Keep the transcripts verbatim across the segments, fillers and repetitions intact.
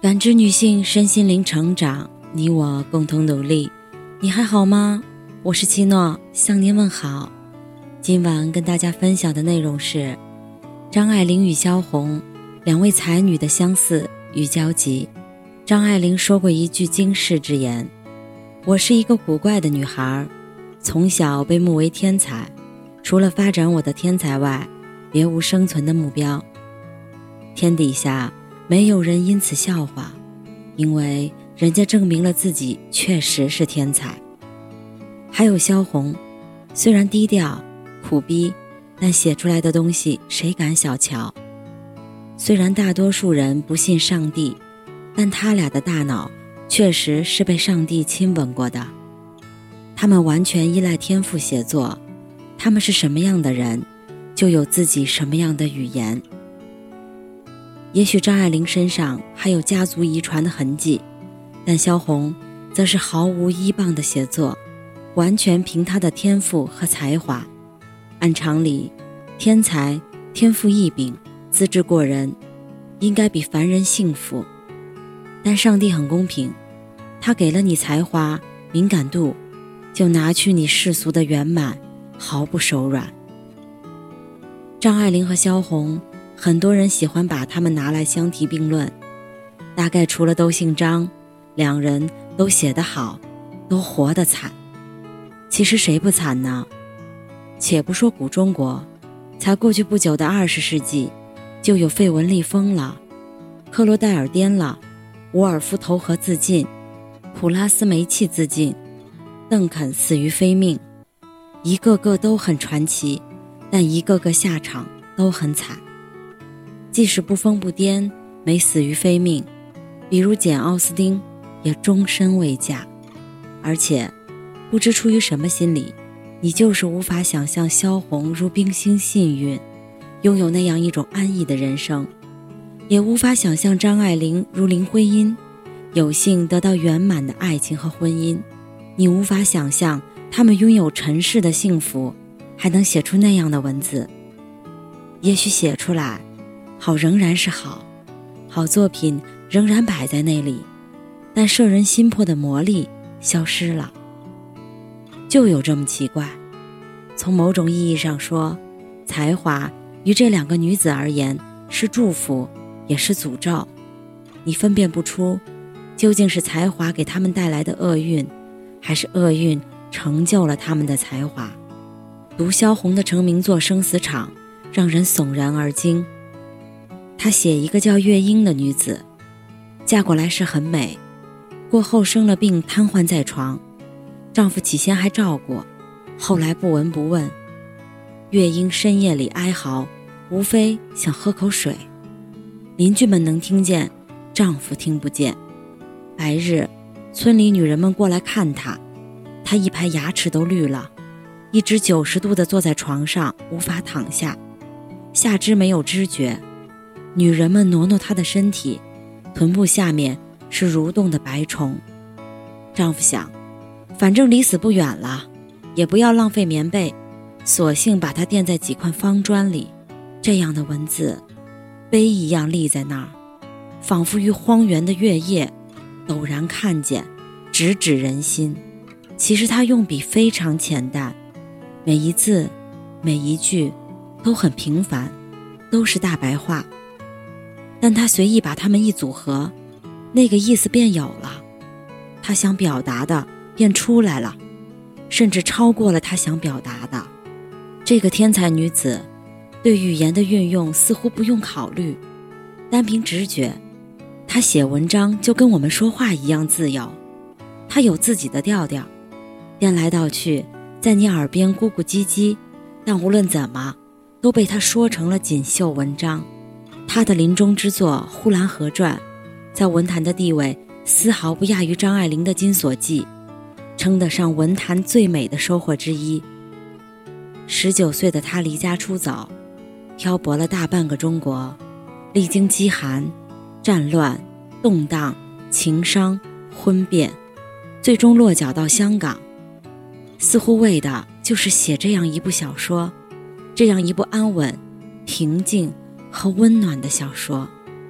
感知女性身心灵成长，你我共同努力。你还好吗？我是七诺，向您问好。今晚跟大家分享的内容是张爱玲与萧红两位才女的相似与交集。张爱玲说过一句惊世之言：我是一个古怪的女孩，从小被目为天才，除了发展我的天才外，别无生存的目标。天底下没有人因此笑话，因为人家证明了自己确实是天才。还有萧红，虽然低调苦逼，但写出来的东西谁敢小瞧。虽然大多数人不信上帝，但他俩的大脑确实是被上帝亲吻过的。他们完全依赖天赋写作，他们是什么样的人，就有自己什么样的语言。也许张爱玲身上还有家族遗传的痕迹，但萧红则是毫无依傍的写作，完全凭她的天赋和才华。按常理，天才天赋异禀，资质过人，应该比凡人幸福。但上帝很公平，他给了你才华敏感度，就拿去你世俗的圆满，毫不手软。张爱玲和萧红，很多人喜欢把他们拿来相提并论，大概除了都姓张，两人都写得好，都活得惨。其实谁不惨呢？且不说古中国，才过去不久的二十世纪，就有费雯丽疯了，克罗戴尔癫了，伍尔夫投河自尽，普拉斯煤气自尽，邓肯死于非命，一个个都很传奇，但一个个下场都很惨。即使不疯不癫，没死于非命，比如简·奥斯汀也终身未嫁。而且不知出于什么心理，你就是无法想象萧红如冰心幸运，拥有那样一种安逸的人生，也无法想象张爱玲如林徽因，有幸得到圆满的爱情和婚姻。你无法想象他们拥有尘世的幸福，还能写出那样的文字。也许写出来好仍然是好，好作品仍然摆在那里，但摄人心魄的魔力消失了。就有这么奇怪，从某种意义上说，才华于这两个女子而言是祝福也是诅咒。你分辨不出究竟是才华给他们带来的厄运，还是厄运成就了他们的才华。读萧红的成名作《生死场》，让人悚然而惊。她写一个叫月英的女子，嫁过来时很美，过后生了病瘫痪在床，丈夫起先还照顾，后来不闻不问。月英深夜里哀嚎，无非想喝口水，邻居们能听见，丈夫听不见。白日村里女人们过来看她，她一排牙齿都绿了，一直九十度地坐在床上，无法躺下，下肢没有知觉。女人们挪挪她的身体，臀部下面是蠕动的白虫。丈夫想，反正离死不远了，也不要浪费棉被，索性把它垫在几块方砖里。这样的文字碑一样立在那儿，仿佛于荒原的月夜陡然看见，直指人心。其实他用笔非常浅淡，每一字每一句都很平凡，都是大白话，但他随意把它们一组合，那个意思便有了，他想表达的便出来了，甚至超过了他想表达的。这个天才女子对语言的运用似乎不用考虑，单凭直觉，她写文章就跟我们说话一样自由。她有自己的调调，颠来倒去，在你耳边咕咕唧唧，但无论怎么都被她说成了锦绣文章。她的临终之作《呼兰河传》在文坛的地位丝毫不亚于张爱玲的《金锁记》，称得上文坛最美的收获之一。十九岁的她离家出走，漂泊了大半个中国，历经饥寒、战乱、动荡、情伤、婚变，最终落脚到香港，似乎为的就是写这样一部小说，这样一部安稳、平静和温暖的小说。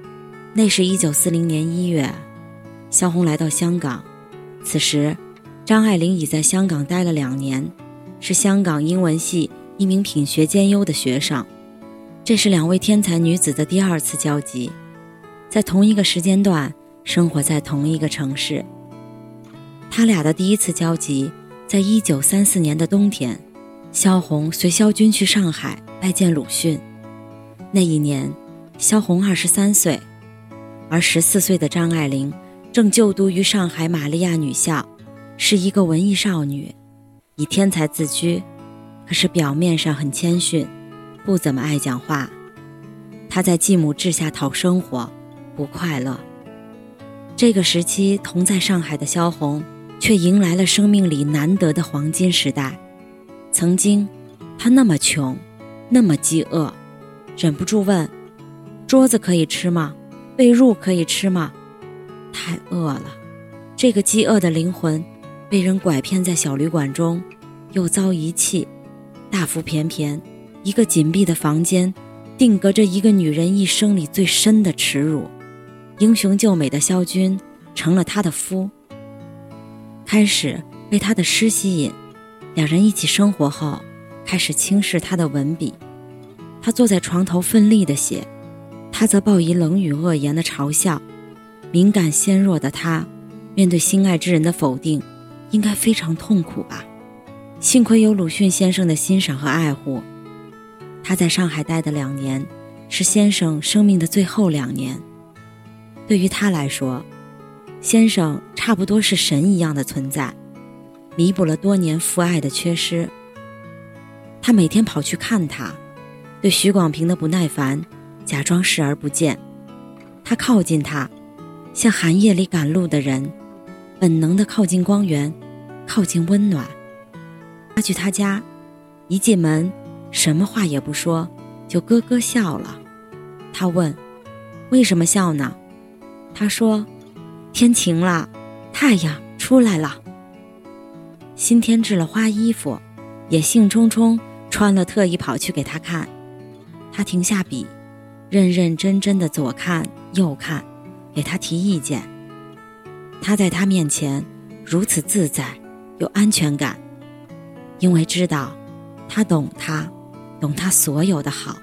那是一九四零年一月，萧红来到香港，此时张爱玲已在香港待了两年，是香港英文系一名品学兼优的学生。这是两位天才女子的第二次交集，在同一个时间段，生活在同一个城市。他俩的第一次交集在一九三四年的冬天，萧红随萧军去上海拜见鲁迅。那一年萧红二十三岁，而十四岁的张爱玲正就读于上海玛利亚女校，是一个文艺少女，以天才自居，可是表面上很谦逊，不怎么爱讲话。她在继母治下讨生活，不快乐。这个时期同在上海的萧红却迎来了生命里难得的黄金时代。曾经她那么穷，那么饥饿，忍不住问：桌子可以吃吗？被褥可以吃吗？太饿了。这个饥饿的灵魂被人拐骗在小旅馆中，又遭遗弃，大腹便便，一个紧闭的房间，定格着一个女人一生里最深的耻辱。英雄救美的萧军成了他的夫，开始被他的诗吸引，两人一起生活后，开始轻视他的文笔。他坐在床头奋力地写，他则报以冷语恶言的嘲笑。敏感纤弱的他，面对心爱之人的否定，应该非常痛苦吧。幸亏有鲁迅先生的欣赏和爱护。他在上海待的两年，是先生生命的最后两年。对于他来说，先生差不多是神一样的存在，弥补了多年父爱的缺失。他每天跑去看他，对许广平的不耐烦假装视而不见。他靠近他，像寒夜里赶路的人，本能地靠近光源，靠近温暖。他去他家，一进门什么话也不说，就咯咯笑了。他问：为什么笑呢？他说：天晴了，太阳出来了。新添置了花衣服，也兴冲冲穿了，特意跑去给他看。他停下笔，认认真真的左看右看，给他提意见。他在他面前如此自在，有安全感，因为知道他懂他，懂他所有的好。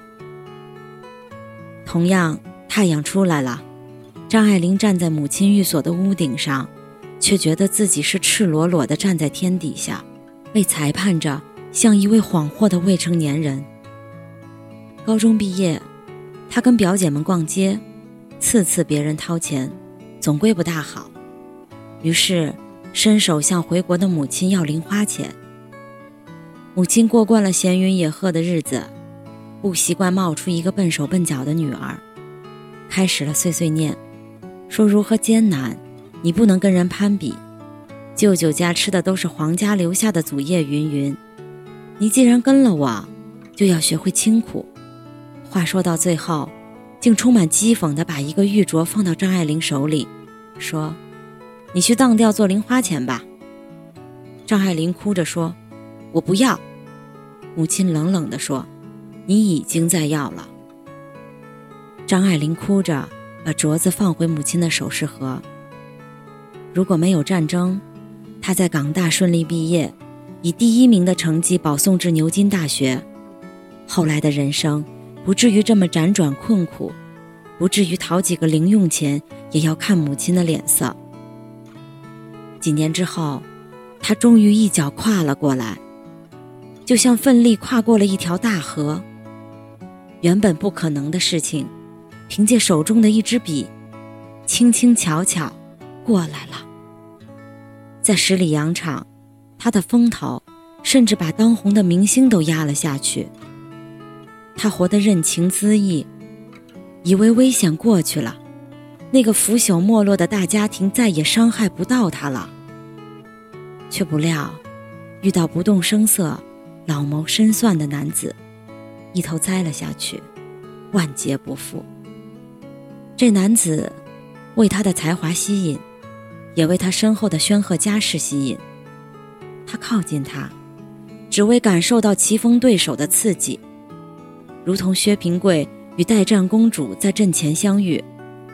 同样，太阳出来了，张爱玲站在母亲寓所的屋顶上，却觉得自己是赤裸裸地站在天底下，被裁判着，像一位恍惚的未成年人。高中毕业，她跟表姐们逛街，次次别人掏钱，总归不大好，于是伸手向回国的母亲要零花钱。母亲过惯了闲云野鹤的日子，不习惯冒出一个笨手笨脚的女儿，开始了碎碎念，说如何艰难，你不能跟人攀比，舅舅家吃的都是皇家留下的祖业云云，你既然跟了我，就要学会清苦。话说到最后，竟充满讥讽地把一个玉镯放到张爱玲手里，说：你去当掉做零花钱吧。张爱玲哭着说：我不要。母亲冷冷地说：你已经在要了。张爱玲哭着把镯子放回母亲的首饰盒。如果没有战争，她在港大顺利毕业，以第一名的成绩保送至牛津大学，后来的人生不至于这么辗转困苦，不至于讨几个零用钱也要看母亲的脸色。几年之后，她终于一脚跨了过来，就像奋力跨过了一条大河。原本不可能的事情，凭借手中的一支笔，轻轻巧巧过来了。在十里洋场，他的风头甚至把当红的明星都压了下去。他活得任情恣意，以为危险过去了，那个腐朽没落的大家庭再也伤害不到他了。却不料遇到不动声色、老谋深算的男子，一头栽了下去，万劫不复。这男子为他的才华吸引，也为他身后的煊赫家世吸引。他靠近他，只为感受到棋逢对手的刺激，如同薛平贵与代战公主在阵前相遇，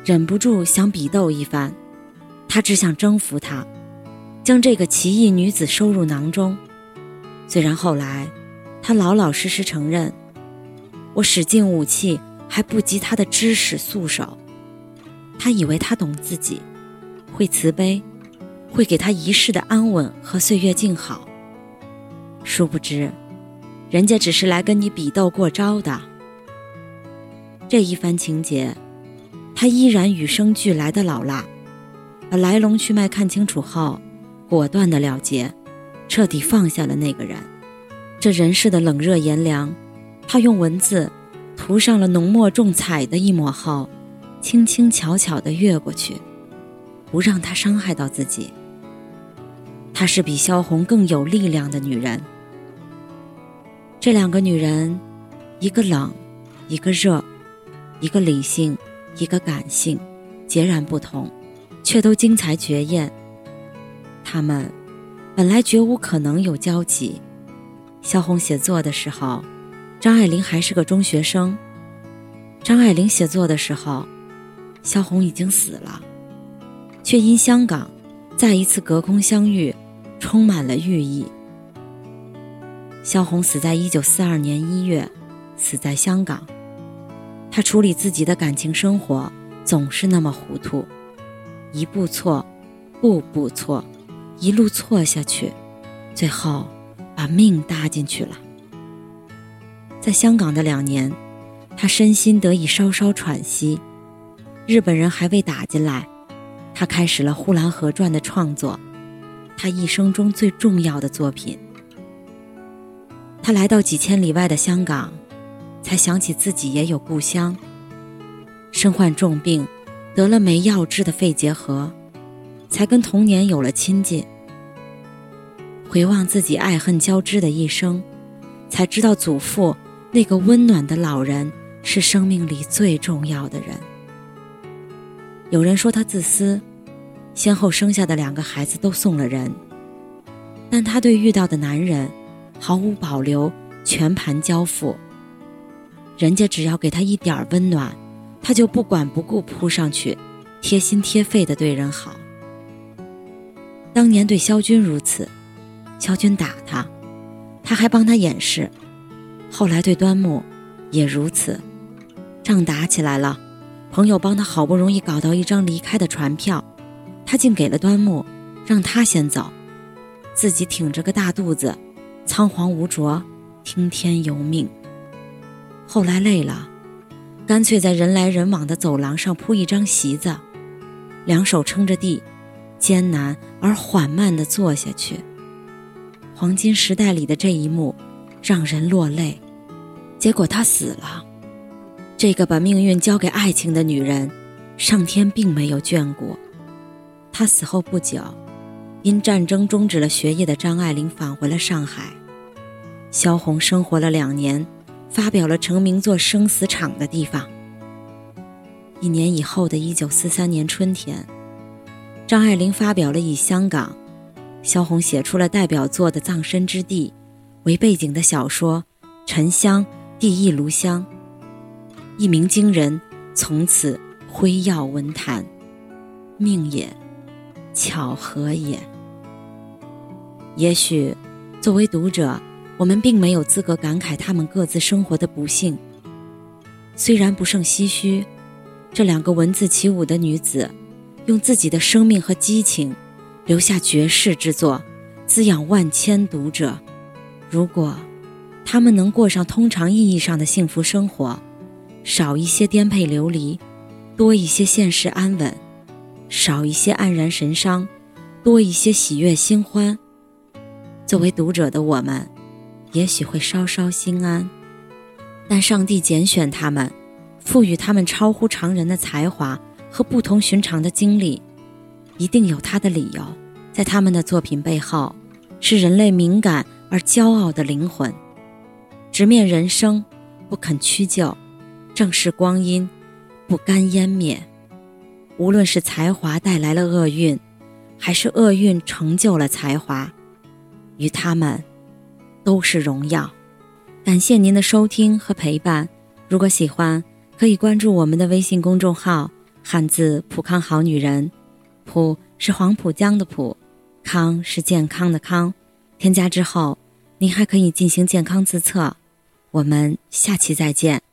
忍不住想比斗一番。他只想征服她，将这个奇异女子收入囊中。虽然后来他老老实实承认，我使尽武器还不及他的知识素手。他以为他懂自己，会慈悲，会给他一世的安稳和岁月静好。殊不知人家只是来跟你比斗过招的。这一番情节他依然与生俱来的老辣，把来龙去脉看清楚后，果断的了结，彻底放下了那个人。这人世的冷热炎凉，他用文字涂上了浓墨重彩的一抹后，轻轻巧巧地越过去，不让他伤害到自己。她是比萧红更有力量的女人。这两个女人，一个冷，一个热，一个理性，一个感性，截然不同，却都精彩绝艳。她们本来绝无可能有交集。萧红写作的时候，张爱玲还是个中学生；张爱玲写作的时候，萧红已经死了，却因香港再一次隔空相遇，充满了寓意。萧红死在一九四二年一月，死在香港。她处理自己的感情生活总是那么糊涂，一步错，步步错，一路错下去，最后把命搭进去了。在香港的两年，她身心得以稍稍喘息。日本人还未打进来，她开始了《呼兰河传》的创作，她一生中最重要的作品。她来到几千里外的香港，才想起自己也有故乡。身患重病，得了没药治的肺结核，才跟童年有了亲近。回望自己爱恨交织的一生，才知道祖父那个温暖的老人是生命里最重要的人。有人说他自私，先后生下的两个孩子都送了人，但他对遇到的男人毫无保留，全盘交付。人家只要给他一点温暖，他就不管不顾扑上去，贴心贴肺地对人好。当年对萧军如此，萧军打他，他还帮他掩饰。后来对端木也如此，仗打起来了，朋友帮他好不容易搞到一张离开的船票，他竟给了端木，让他先走，自己挺着个大肚子，仓皇无着，听天由命。后来累了，干脆在人来人往的走廊上铺一张席子，两手撑着地，艰难而缓慢地坐下去。黄金时代里的这一幕让人落泪。结果她死了，这个把命运交给爱情的女人，上天并没有眷顾。她死后不久，因战争终止了学业的张爱玲返回了上海。萧红生活了两年，发表了成名作《生死场》的地方。一年以后的一九四三年春天，张爱玲发表了以香港，萧红写出了代表作的《葬身之地》为背景的小说《沉香地异炉香》，一鸣惊人，从此辉耀文坛。命也，巧合也。也许作为读者，我们并没有资格感慨他们各自生活的不幸。虽然不胜唏嘘，这两个文字起舞的女子，用自己的生命和激情，留下绝世之作，滋养万千读者。如果他们能过上通常意义上的幸福生活，少一些颠沛流离，多一些现世安稳，少一些黯然神伤，多一些喜悦心欢，作为读者的我们也许会稍稍心安。但上帝拣选他们，赋予他们超乎常人的才华和不同寻常的经历，一定有他的理由。在他们的作品背后，是人类敏感而骄傲的灵魂，直面人生，不肯屈就，正视光阴，不甘湮灭。无论是才华带来了厄运，还是厄运成就了才华，于他们都是荣耀。感谢您的收听和陪伴，如果喜欢，可以关注我们的微信公众号汉字普康好女人，普是黄浦江的浦，康是健康的康。添加之后，您还可以进行健康自测。我们下期再见。